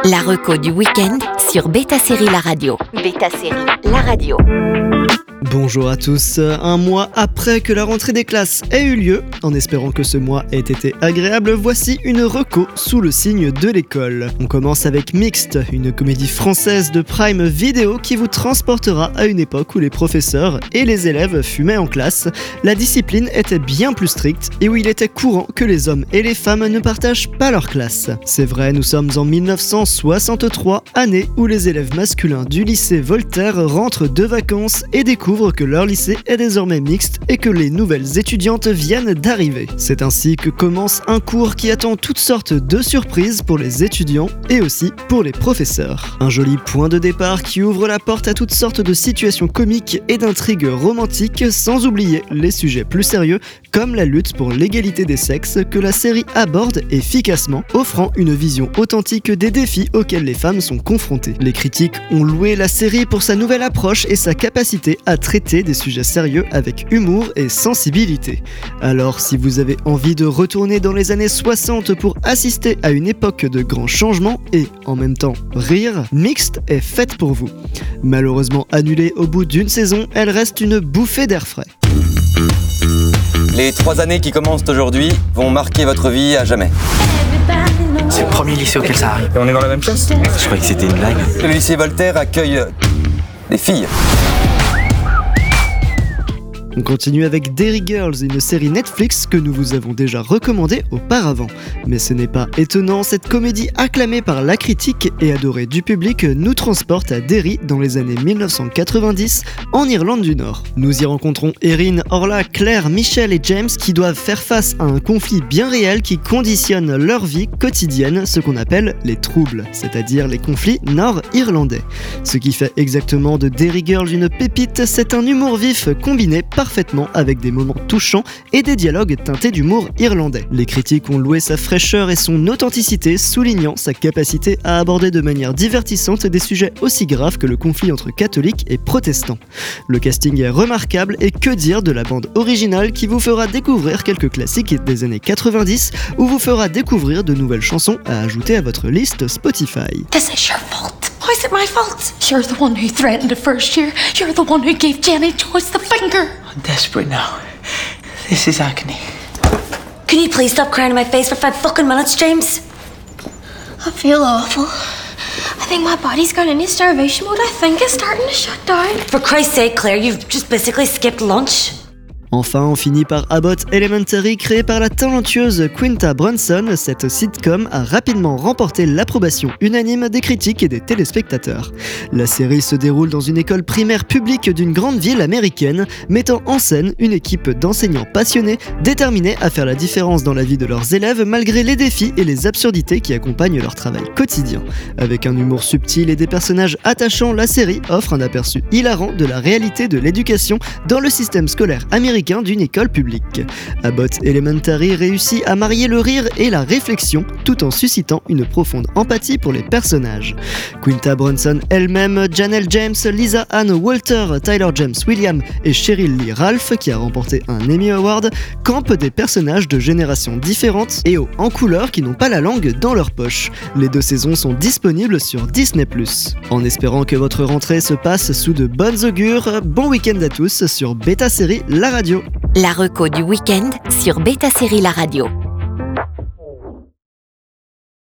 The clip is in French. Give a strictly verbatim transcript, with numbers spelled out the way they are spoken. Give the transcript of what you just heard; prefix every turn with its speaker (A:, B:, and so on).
A: La reco du week-end sur Beta Série La Radio. Beta Série La Radio.
B: Bonjour à tous, un mois après que la rentrée des classes ait eu lieu, en espérant que ce mois ait été agréable, voici une reco sous le signe de l'école. On commence avec Mixed, une comédie française de Prime Video qui vous transportera à une époque où les professeurs et les élèves fumaient en classe, la discipline était bien plus stricte et où il était courant que les hommes et les femmes ne partagent pas leur classe. C'est vrai, nous sommes en dix-neuf cent soixante-trois, année où les élèves masculins du lycée Voltaire rentrent de vacances et découvrent que leur lycée est désormais mixte et que les nouvelles étudiantes viennent d'arriver. C'est ainsi que commence un cours qui attend toutes sortes de surprises pour les étudiants et aussi pour les professeurs. Un joli point de départ qui ouvre la porte à toutes sortes de situations comiques et d'intrigues romantiques, sans oublier les sujets plus sérieux comme la lutte pour l'égalité des sexes que la série aborde efficacement, offrant une vision authentique des défis auxquels les femmes sont confrontées. Les critiques ont loué la série pour sa nouvelle approche et sa capacité à traiter des sujets sérieux avec humour et sensibilité. Alors, si vous avez envie de retourner dans les années soixante pour assister à une époque de grands changements et, en même temps, rire, Mixed est faite pour vous. Malheureusement annulée au bout d'une saison, elle reste une bouffée d'air frais.
C: Les trois années qui commencent aujourd'hui vont marquer votre vie à jamais.
D: C'est le premier lycée auquel ça arrive.
C: Et on est dans la même classe ?
D: Je croyais que c'était une blague.
C: Le lycée Voltaire accueille des filles.
B: On continue avec Derry Girls, une série Netflix que nous vous avons déjà recommandée auparavant. Mais ce n'est pas étonnant, cette comédie acclamée par la critique et adorée du public nous transporte à Derry dans les années dix-neuf cent quatre-vingt-dix en Irlande du Nord. Nous y rencontrons Erin, Orla, Claire, Michelle et James qui doivent faire face à un conflit bien réel qui conditionne leur vie quotidienne, ce qu'on appelle les troubles, c'est-à-dire les conflits nord-irlandais. Ce qui fait exactement de Derry Girls une pépite, c'est un humour vif combiné par parfaitement avec des moments touchants et des dialogues teintés d'humour irlandais. Les critiques ont loué sa fraîcheur et son authenticité, soulignant sa capacité à aborder de manière divertissante des sujets aussi graves que le conflit entre catholiques et protestants. Le casting est remarquable et que dire de la bande originale qui vous fera découvrir quelques classiques des années quatre-vingt-dix ou vous fera découvrir de nouvelles chansons à ajouter à votre liste Spotify.
E: This is your fault. Why is it my fault? You're the one who threatened it first year. You're the one who gave Jenny Joyce the finger.
D: I'm desperate now. This is agony.
E: Can you please stop crying in my face for five fucking minutes, James? I feel awful. I think my body's gone into starvation mode. I think it's starting to shut down. For Christ's sake, Claire, you've just basically skipped lunch.
B: Enfin, on finit par Abbott Elementary, créée par la talentueuse Quinta Brunson. Cette sitcom a rapidement remporté l'approbation unanime des critiques et des téléspectateurs. La série se déroule dans une école primaire publique d'une grande ville américaine, mettant en scène une équipe d'enseignants passionnés, déterminés à faire la différence dans la vie de leurs élèves malgré les défis et les absurdités qui accompagnent leur travail quotidien. Avec un humour subtil et des personnages attachants, la série offre un aperçu hilarant de la réalité de l'éducation dans le système scolaire américain d'une école publique. Abbott Elementary réussit à marier le rire et la réflexion tout en suscitant une profonde empathie pour les personnages. Quinta Brunson elle-même, Janelle James, Lisa Ann Walter, Tyler James Williams et Cheryl Lee Ralph, qui a remporté un Emmy Award, campent des personnages de générations différentes et hauts en couleur qui n'ont pas la langue dans leur poche. Les deux saisons sont disponibles sur Disney plus. En espérant que votre rentrée se passe sous de bonnes augures, bon week-end à tous sur Beta Série La Radio.
A: La reco du week-end sur Beta Série La Radio.